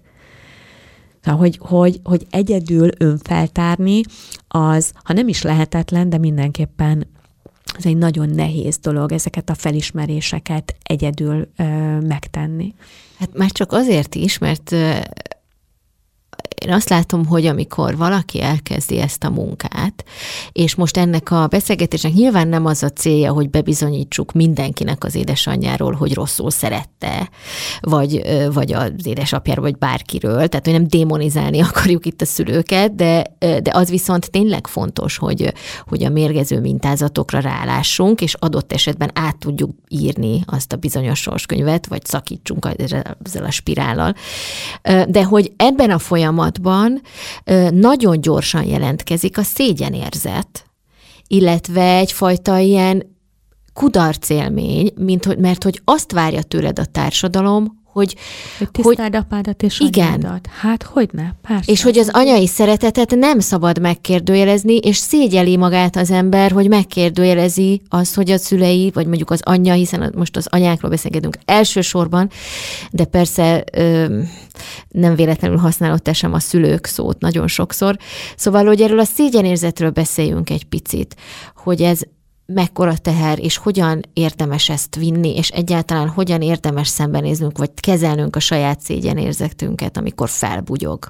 Hogy, hogy, hogy egyedül önfeltárni, az, ha nem is lehetetlen, de mindenképpen ez egy nagyon nehéz dolog, ezeket a felismeréseket egyedül ö, megtenni. Hát már csak azért is, mert ö, én azt látom, hogy amikor valaki elkezdi ezt a munkát, és most ennek a beszélgetésnek nyilván nem az a célja, hogy bebizonyítsuk mindenkinek az édesanyjáról, hogy rosszul szerette, vagy, vagy az édesapjáról, vagy bárkiről, tehát hogy nem démonizálni akarjuk itt a szülőket, de, de az viszont tényleg fontos, hogy, hogy a mérgező mintázatokra rálássunk, és adott esetben át tudjuk írni azt a bizonyos sorskönyvet, vagy szakítsunk ezzel a spirállal. De hogy ebben a folyamatban nagyon gyorsan jelentkezik a szégyenérzet, illetve egyfajta ilyen kudarcélmény, mint hogy, mert hogy azt várja tőled a társadalom, hogy, hogy tisztáld apádat és igen. anyádat. Hát hogyne, persze. És hogy az anyai szeretetet nem szabad megkérdőjelezni, és szégyeli magát az ember, hogy megkérdőjelezi azt, hogy a szülei, vagy mondjuk az anyja, hiszen most az anyákról beszélgetünk elsősorban, de persze ö, nem véletlenül használod te sem a szülők szót nagyon sokszor. Szóval, hogy erről a szégyenérzetről beszéljünk egy picit, hogy ez mekkora teher, és hogyan érdemes ezt vinni, és egyáltalán hogyan érdemes szembenéznünk, vagy kezelnünk a saját szégyenérzetünket, amikor felbugyog.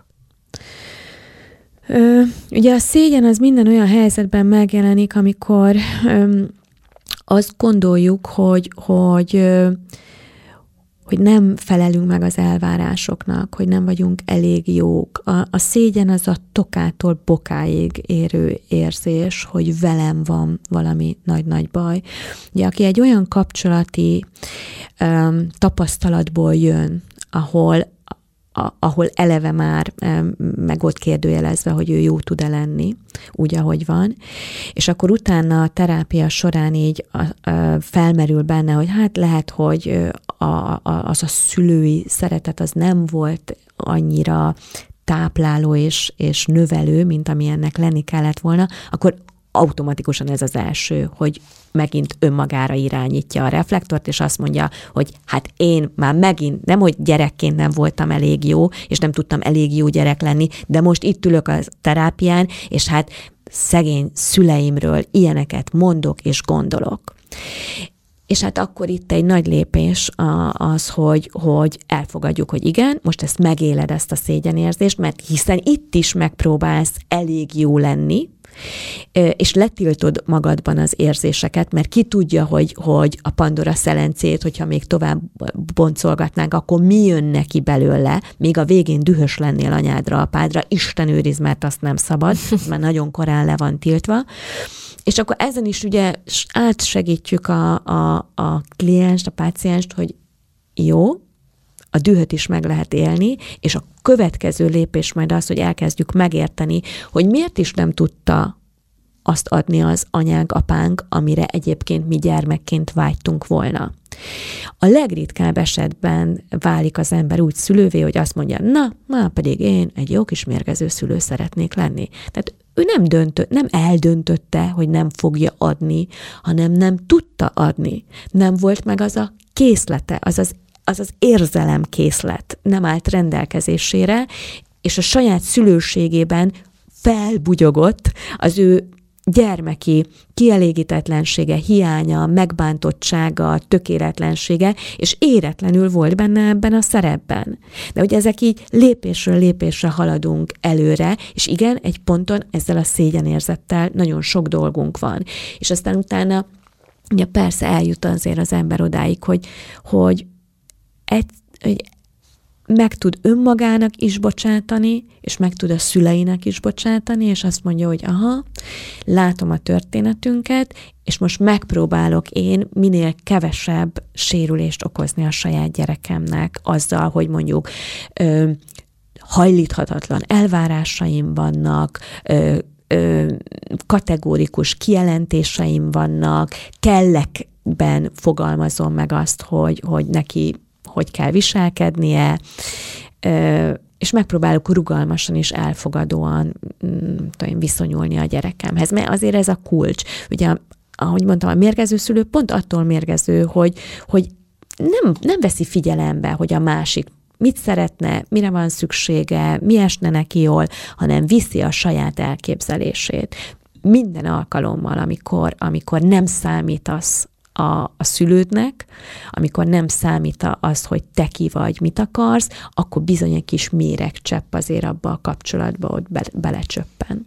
Ö, ugye a szégyen az minden olyan helyzetben megjelenik, amikor ö, azt gondoljuk, hogy, hogy, ö, hogy nem felelünk meg az elvárásoknak, hogy nem vagyunk elég jók. A, a szégyen az a tokától bokáig érő érzés, hogy velem van valami nagy-nagy baj. Ugye, aki egy olyan kapcsolati um, tapasztalatból jön, ahol A, ahol eleve már um, meg ott kérdőjelezve, hogy ő jó tud-e lenni, úgy, ahogy van, és akkor utána a terápia során így a, a, felmerül benne, hogy hát lehet, hogy a, a, az a szülői szeretet az nem volt annyira tápláló és, és növelő, mint ami ennek lenni kellett volna, akkor automatikusan ez az első, hogy megint önmagára irányítja a reflektort, és azt mondja, hogy hát én már megint, nem hogy gyerekként nem voltam elég jó, és nem tudtam elég jó gyerek lenni, de most itt ülök a terápián, és hát szegény szüleimről ilyeneket mondok és gondolok. És hát akkor itt egy nagy lépés az, hogy, hogy elfogadjuk, hogy igen, most ezt megéled, ezt a szégyenérzést, mert hiszen itt is megpróbálsz elég jó lenni, és letiltod magadban az érzéseket, mert ki tudja, hogy, hogy a Pandora szelencét, hogyha még tovább boncolgatnánk, akkor mi jön neki belőle, még a végén dühös lennél anyádra, apádra, Isten őriz, mert azt nem szabad, mert nagyon korán le van tiltva. És akkor ezen is ugye átsegítjük a, a, a klienst, a pácienst, hogy jó, a dühöt is meg lehet élni, és a következő lépés majd az, hogy elkezdjük megérteni, hogy miért is nem tudta azt adni az anyánk, apánk, amire egyébként mi gyermekként vágytunk volna. A legritkább esetben válik az ember úgy szülővé, hogy azt mondja, na, már pedig én egy jó kis mérgező szülő szeretnék lenni. Tehát ő nem döntött, nem eldöntötte, hogy nem fogja adni, hanem nem tudta adni. Nem volt meg az a készlete, az az az az érzelemkészlet nem állt rendelkezésére, és a saját szülőségében felbugyogott az ő gyermeki kielégítetlensége, hiánya, megbántottsága, tökéletlensége, és éretlenül volt benne ebben a szerepben. De ugye ezek így lépésről lépésre haladunk előre, és igen, egy ponton ezzel a szégyenérzettel nagyon sok dolgunk van. És aztán utána, ugye persze eljut azért az ember odáig, hogy, hogy Egy, hogy meg tud önmagának is bocsátani, és meg tud a szüleinek is bocsátani, és azt mondja, hogy aha, látom a történetünket, és most megpróbálok én minél kevesebb sérülést okozni a saját gyerekemnek azzal, hogy mondjuk ö, hajlíthatatlan elvárásaim vannak, ö, ö, kategórikus kijelentéseim vannak, kellekben fogalmazom meg azt, hogy, hogy neki hogy kell viselkednie, és megpróbálok rugalmasan és elfogadóan tudom, viszonyulni a gyerekemhez, mert azért ez a kulcs. Ugye, ahogy mondtam, a mérgező szülő pont attól mérgező, hogy, hogy nem, nem veszi figyelembe, hogy a másik mit szeretne, mire van szüksége, mi esne neki jól, hanem viszi a saját elképzelését. Minden alkalommal, amikor, amikor nem számítasz a, a szülődnek, amikor nem számít az, hogy te ki vagy, mit akarsz, akkor bizony egy kis méregcsepp azért abba a kapcsolatba ott be, belecsöppen.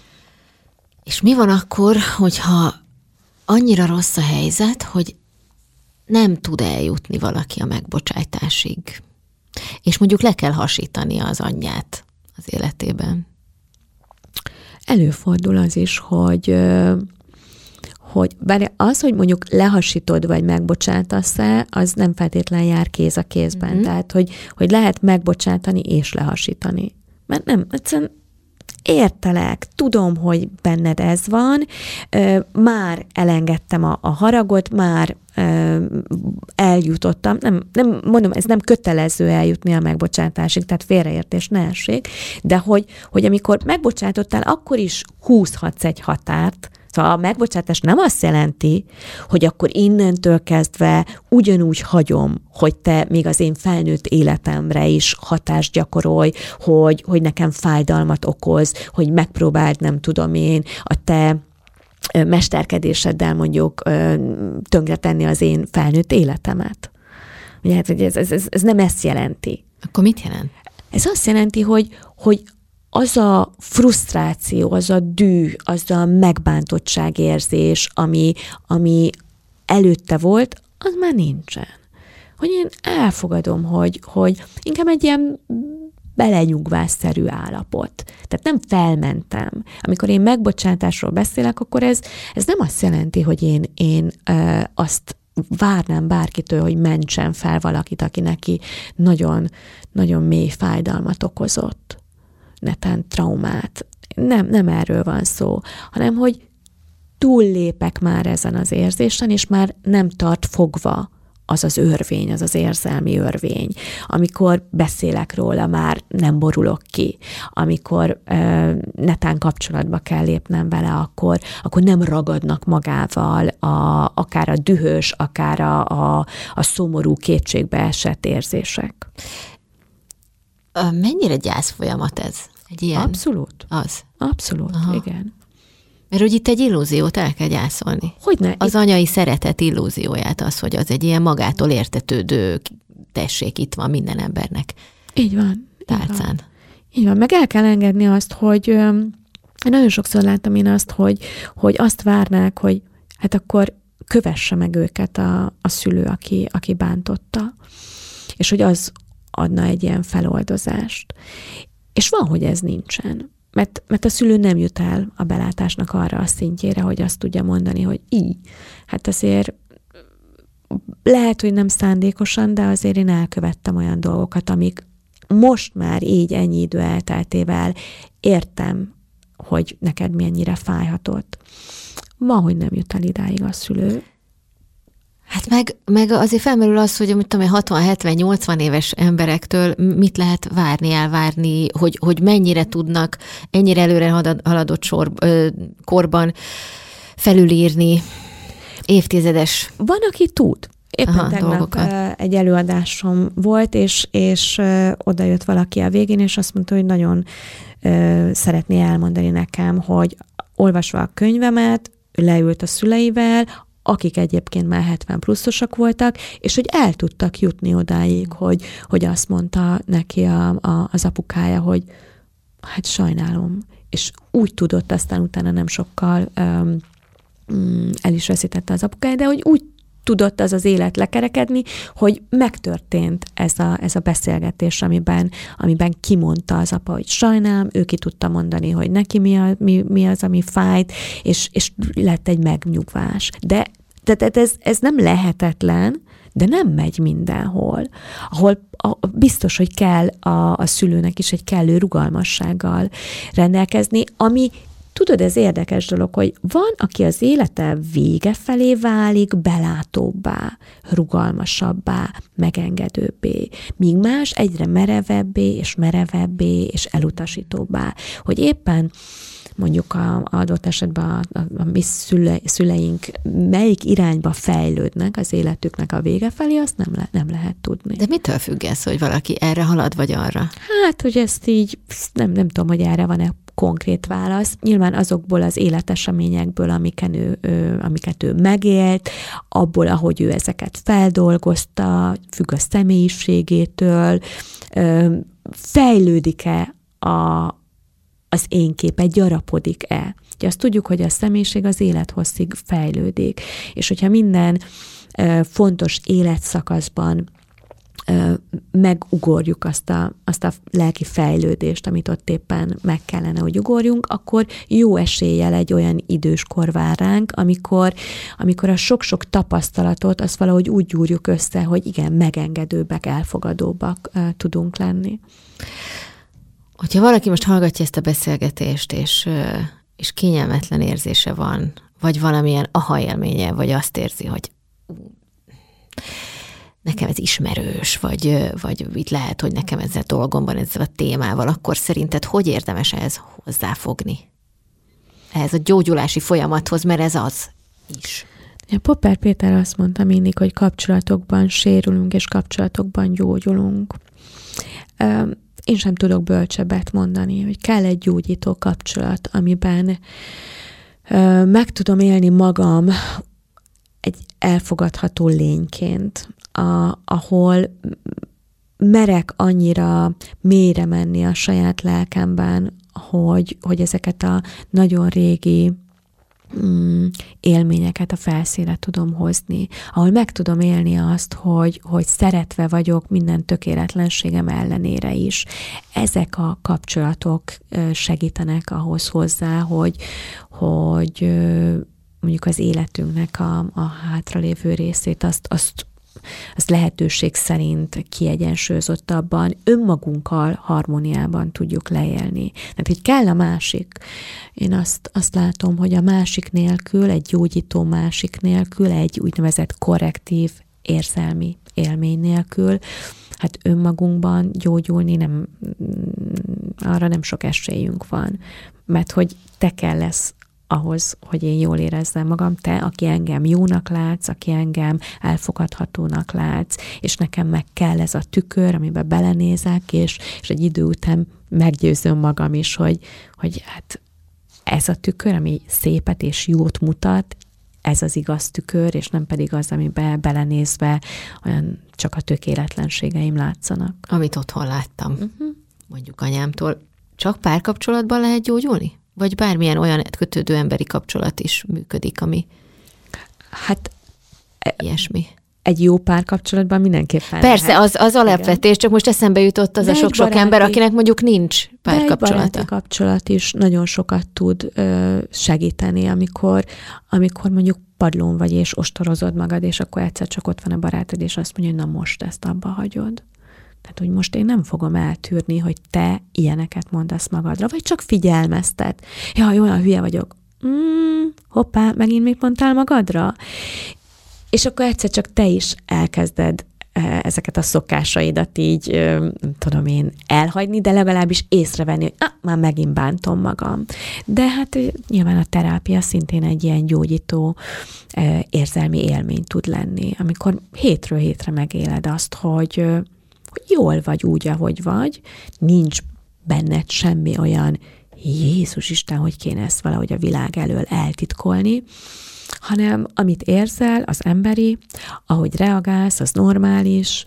És mi van akkor, hogyha annyira rossz a helyzet, hogy nem tud eljutni valaki a megbocsájtásig, és mondjuk le kell hasítania az anyját az életében? Előfordul az is, hogy, hogy bár az, hogy mondjuk lehasítod, vagy megbocsátasz-e, az nem feltétlenül jár kéz a kézben. Mm-hmm. Tehát, hogy, hogy lehet megbocsátani és lehasítani. Mert nem, egyszerűen értelek, tudom, hogy benned ez van, már elengedtem a, a haragot, már eljutottam, nem, nem, mondom, ez nem kötelező eljutni a megbocsátásig, tehát félreértés ne essék, de hogy, hogy amikor megbocsátottál, akkor is húzhatsz egy határt. Szóval a megbocsátás nem azt jelenti, hogy akkor innentől kezdve ugyanúgy hagyom, hogy te még az én felnőtt életemre is hatást gyakorolj, hogy, hogy nekem fájdalmat okoz, hogy megpróbáld, nem tudom én, a te mesterkedéseddel mondjuk tönkretenni az én felnőtt életemet. Ugye, hát, hogy ez, ez, ez nem ezt jelenti. Akkor mit jelent? Ez azt jelenti, hogy, hogy az a frusztráció, az a dű, az a megbántottságérzés, ami, ami előtte volt, az már nincsen. Hogy én elfogadom, hogy, hogy inkább egy ilyen belenyugvásszerű állapot. Tehát nem felmentem. Amikor én megbocsátásról beszélek, akkor ez, ez nem azt jelenti, hogy én, én ö, azt várnám bárkitől, hogy mentsen fel valakit, aki neki nagyon, nagyon mély fájdalmat okozott, netán traumát. Nem, nem erről van szó, hanem hogy túllépek már ezen az érzésen, és már nem tart fogva az az örvény, az az érzelmi örvény. Amikor beszélek róla, már nem borulok ki. Amikor ö, netán kapcsolatba kell lépnem vele, akkor, akkor nem ragadnak magával a, akár a dühös, akár a, a, a szomorú, kétségbe esett érzések. Mennyire gyász folyamat ez? Egy ilyen? Abszolút. Az? Abszolút, aha. Igen. Mert hogy itt egy illúziót el kell gyászolni. Hogyne? Az itt... anyai szeretet illúzióját, az, hogy az egy ilyen magától értetődő, tessék, itt van minden embernek. Így van. Tárcán. Így van. Így van. Meg el kell engedni azt, hogy öm, nagyon sokszor láttam én azt, hogy, hogy azt várnák, hogy hát akkor kövesse meg őket a, a szülő, aki, aki bántotta. És hogy az adna egy ilyen feloldozást. És van, hogy ez nincsen. Mert, mert a szülő nem jut el a belátásnak arra a szintjére, hogy azt tudja mondani, hogy így. Hát azért lehet, hogy nem szándékosan, de azért én elkövettem olyan dolgokat, amik most már így ennyi idő elteltével értem, hogy neked mennyire fájhatott. Van, hogy nem jut el idáig a szülő. Hát meg, meg azért felmerül az, hogy amit tudom, hatvan, hetven, nyolcvan éves emberektől mit lehet várni, elvárni, hogy, hogy mennyire tudnak ennyire előre haladott sor, korban felülírni évtizedes. Van, aki tud. Éppen Aha, tegnap dolgokat. Egy előadásom volt, és, és oda jött valaki a végén, és azt mondta, hogy nagyon szeretné elmondani nekem, hogy olvasva a könyvemet, leült a szüleivel, akik egyébként már hetven pluszosak voltak, és hogy el tudtak jutni odáig, hogy, hogy azt mondta neki a, a, az apukája, hogy hát sajnálom. És úgy tudott, aztán utána nem sokkal um, el is veszítette az apukája, de hogy úgy tudott az az élet lekerekedni, hogy megtörtént ez a, ez a beszélgetés, amiben, amiben kimondta az apa, hogy sajnálom, ő ki tudta mondani, hogy neki mi, a, mi, mi az, ami fájt, és, és lett egy megnyugvás. De tehát ez, ez nem lehetetlen, de nem megy mindenhol. Ahol a, biztos, hogy kell a, a szülőnek is egy kellő rugalmassággal rendelkezni, ami, tudod, ez érdekes dolog, hogy van, aki az élete vége felé válik belátóbbá, rugalmasabbá, megengedőbbé, míg más egyre merevebbé és merevebbé és elutasítóbbá, hogy éppen mondjuk a, adott esetben a, a, a mi szüle, szüleink melyik irányba fejlődnek az életüknek a vége felé, azt nem, le, nem lehet tudni. De mitől függ ez, hogy valaki erre halad, vagy arra? Hát, hogy ezt így, nem, nem tudom, hogy erre van-e konkrét válasz. Nyilván azokból az életeseményekből, amiket ő, ő, amiket ő megélt, abból, ahogy ő ezeket feldolgozta, függ a személyiségétől, fejlődik-e a, az én képe, gyarapodik-e. Ugye azt tudjuk, hogy a személyiség az élethosszig fejlődik, és hogyha minden fontos életszakaszban megugorjuk azt a, azt a lelki fejlődést, amit ott éppen meg kellene, hogy ugorjunk, akkor jó eséllyel egy olyan időskor vár ránk, amikor, amikor a sok-sok tapasztalatot azt valahogy úgy gyúrjuk össze, hogy igen, megengedőbbek, elfogadóbbak tudunk lenni. Hogyha valaki most hallgatja ezt a beszélgetést, és, és kényelmetlen érzése van, vagy valamilyen aha élménye, vagy azt érzi, hogy nekem ez ismerős, vagy, vagy itt lehet, hogy nekem ezzel dolgom van, ezzel a témával, akkor szerinted hogy érdemes ehhez hozzáfogni? Ehhez a gyógyulási folyamathoz, mert ez az is. Ja, Popper Péter azt mondta mindig, hogy kapcsolatokban sérülünk, és kapcsolatokban gyógyulunk. Én sem tudok bölcsebbet mondani, hogy kell egy gyógyító kapcsolat, amiben meg tudom élni magam egy elfogadható lényként, A, ahol merek annyira mélyre menni a saját lelkemben, hogy, hogy ezeket a nagyon régi mm, élményeket a felszínre tudom hozni, ahol meg tudom élni azt, hogy, hogy szeretve vagyok minden tökéletlenségem ellenére is. Ezek a kapcsolatok segítenek ahhoz hozzá, hogy, hogy mondjuk az életünknek a, a hátralévő részét, azt, azt, azt lehetőség szerint kiegyensúlyozottabban, önmagunkkal harmóniában tudjuk leélni. Tehát, hogy kell a másik. Én azt, azt látom, hogy a másik nélkül, egy gyógyító másik nélkül, egy úgynevezett korrektív érzelmi élmény nélkül, hát önmagunkban gyógyulni nem, arra nem sok esélyünk van. Mert hogy te kell lesz ahhoz, hogy én jól érezzem magam, te, aki engem jónak látsz, aki engem elfogadhatónak látsz, és nekem meg kell ez a tükör, amiben belenézek, és, és egy idő után meggyőzöm magam is, hogy, hogy hát ez a tükör, ami szépet és jót mutat, ez az igaz tükör, és nem pedig az, amiben belenézve olyan csak a tökéletlenségeim látszanak. Amit otthon láttam, uh-huh. mondjuk anyámtól. Csak párkapcsolatban lehet gyógyulni? Vagy bármilyen olyan kötődő emberi kapcsolat is működik, ami hát ilyesmi. Egy jó párkapcsolatban mindenképpen Persze, lehet. az, az alapvetés, csak most eszembe jutott az de a sok-sok baráti, ember, akinek mondjuk nincs párkapcsolata. De egy baráti kapcsolat is nagyon sokat tud ö, segíteni, amikor, amikor mondjuk padlón vagy, és ostorozod magad, és akkor egyszer csak ott van a barátod, és azt mondja, hogy na most ezt abba hagyod. Tehát, hogy most én nem fogom eltűrni, hogy te ilyeneket mondasz magadra, vagy csak figyelmeztet. Jaj, olyan hülye vagyok. Mm, hoppá, megint mit mondtál magadra? És akkor egyszer csak te is elkezded ezeket a szokásaidat így, nem tudom én, elhagyni, de legalábbis észrevenni, hogy ah, már megint bántom magam. De hát nyilván a terápia szintén egy ilyen gyógyító érzelmi élmény tud lenni, amikor hétről hétre megéled azt, hogy, hogy jól vagy úgy, ahogy vagy, nincs benned semmi olyan, Jézus Isten, hogy kéne ezt valahogy a világ elől eltitkolni, hanem amit érzel, az emberi, ahogy reagálsz, az normális,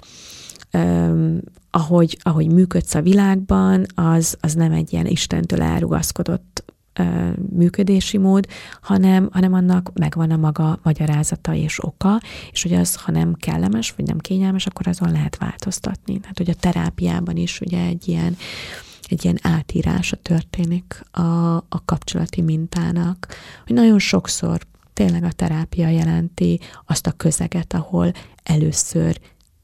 öm, ahogy, ahogy működsz a világban, az, az nem egy ilyen Istentől elrugaszkodott öm, működési mód, hanem, hanem annak megvan a maga magyarázata és oka, és hogy az, ha nem kellemes, vagy nem kényelmes, akkor azon lehet változtatni. Hát, hogy a terápiában is ugye egy ilyen egy ilyen átírása történik a, a kapcsolati mintának, hogy nagyon sokszor tényleg a terápia jelenti azt a közeget, ahol először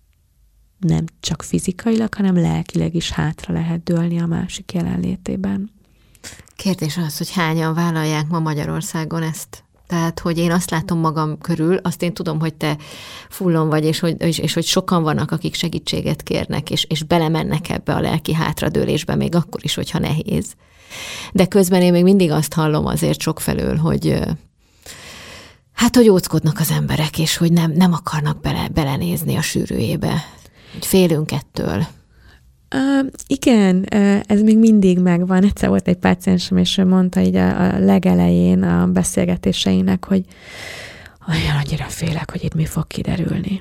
nem csak fizikailag, hanem lelkileg is hátra lehet dőlni a másik jelenlétében. Kérdés az, hogy hányan vállalják ma Magyarországon ezt? Tehát, hogy én azt látom magam körül, azt én tudom, hogy te fullon vagy, és hogy, és, és hogy sokan vannak, akik segítséget kérnek, és, és belemennek ebbe a lelki hátradőlésbe, még akkor is, hogyha nehéz. De közben én még mindig azt hallom azért sokfelől, hogy hát, hogy óckodnak az emberek, és hogy nem, nem akarnak bele, belenézni a sűrűjébe. Hogy félünk ettől. Uh, igen, uh, ez még mindig megvan. Egyszer volt egy páciensem, és ő mondta így a, a legelején a beszélgetéseinek, hogy olyan annyira félek, hogy itt mi fog kiderülni.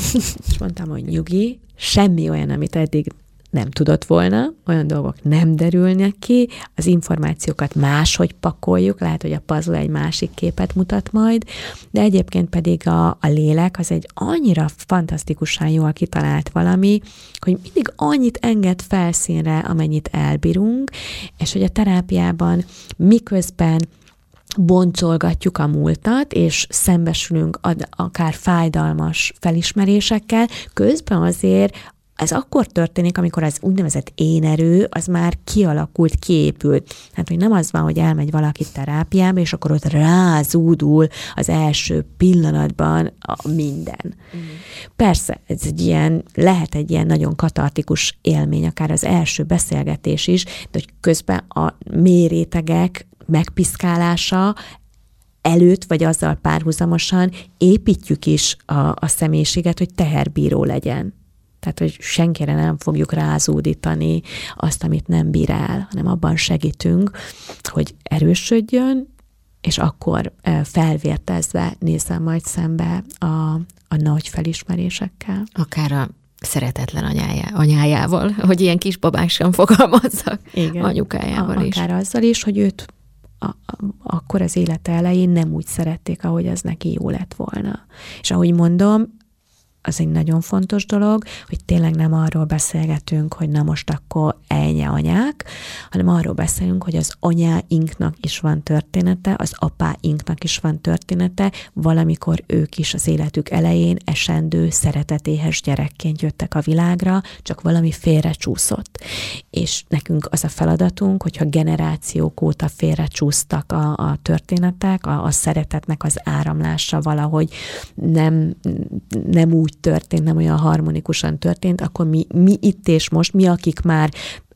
És mondtam, hogy nyugi, semmi olyan, amit eddig nem tudott volna, olyan dolgok nem derülnek ki, az információkat máshogy pakoljuk, lehet, hogy a puzzle egy másik képet mutat majd, de egyébként pedig a, a lélek az egy annyira fantasztikusan jól kitalált valami, hogy mindig annyit enged felszínre, amennyit elbírunk, és hogy a terápiában miközben boncolgatjuk a múltat, és szembesülünk ad, akár fájdalmas felismerésekkel, közben azért ez akkor történik, amikor az úgynevezett énerő, az már kialakult, kiépült. Hát, hogy nem az van, hogy elmegy valaki terápiába, és akkor ott rázúdul az első pillanatban a minden. Mm. Persze, ez egy ilyen, lehet egy ilyen nagyon katartikus élmény, akár az első beszélgetés is, de hogy közben a mély rétegek megpiszkálása előtt, vagy azzal párhuzamosan építjük is a, a személyiséget, hogy teherbíró legyen. Tehát, hogy senkire nem fogjuk rázúdítani azt, amit nem bír el, hanem abban segítünk, hogy erősödjön, és akkor felvértezve nézzen majd szembe a, a nagy felismerésekkel. Akár a szeretetlen anyájá, anyájával, hogy ilyen kisbabák sem fogalmazzak, igen, anyukájával a, is. Akár azzal is, hogy őt a, a, akkor az élete elején nem úgy szerették, ahogy az neki jó lett volna. És ahogy mondom, az egy nagyon fontos dolog, hogy tényleg nem arról beszélgetünk, hogy na most akkor ennyi anyák, hanem arról beszélünk, hogy az anyáinknak is van története, az apáinknak is van története, valamikor ők is az életük elején esendő, szeretetéhes gyerekként jöttek a világra, csak valami félrecsúszott. És nekünk az a feladatunk, hogyha generációk óta félrecsúsztak a, a történetek, a, a szeretetnek az áramlása valahogy nem, nem úgy történt, nem olyan harmonikusan történt, akkor mi, mi itt és most, mi, akik már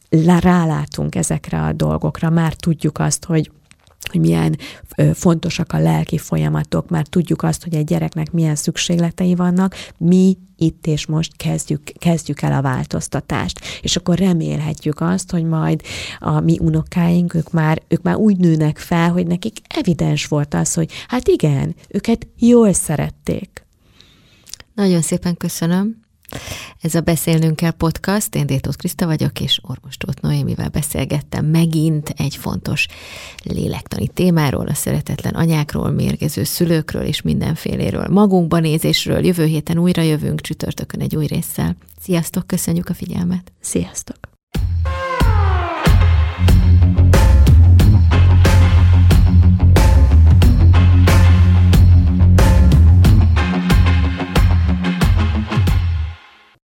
rálátunk ezekre a dolgokra, már tudjuk azt, hogy hogy milyen fontosak a lelki folyamatok, már tudjuk azt, hogy egy gyereknek milyen szükségletei vannak, mi itt és most kezdjük, kezdjük el a változtatást. És akkor remélhetjük azt, hogy majd a mi unokáink, ők már, ők már úgy nőnek fel, hogy nekik evidens volt az, hogy hát igen, őket jól szerették. Nagyon szépen köszönöm. Ez a Beszélnünk kell podcast, én Détóth Kriszta vagyok, és Ormos Tóth Noémivel beszélgettem megint egy fontos lélektani témáról, a szeretetlen anyákról, mérgező szülőkről és mindenféléről, magunkba nézésről. Jövő héten újra jövünk, csütörtökön egy új résszel. Sziasztok, köszönjük a figyelmet! Sziasztok!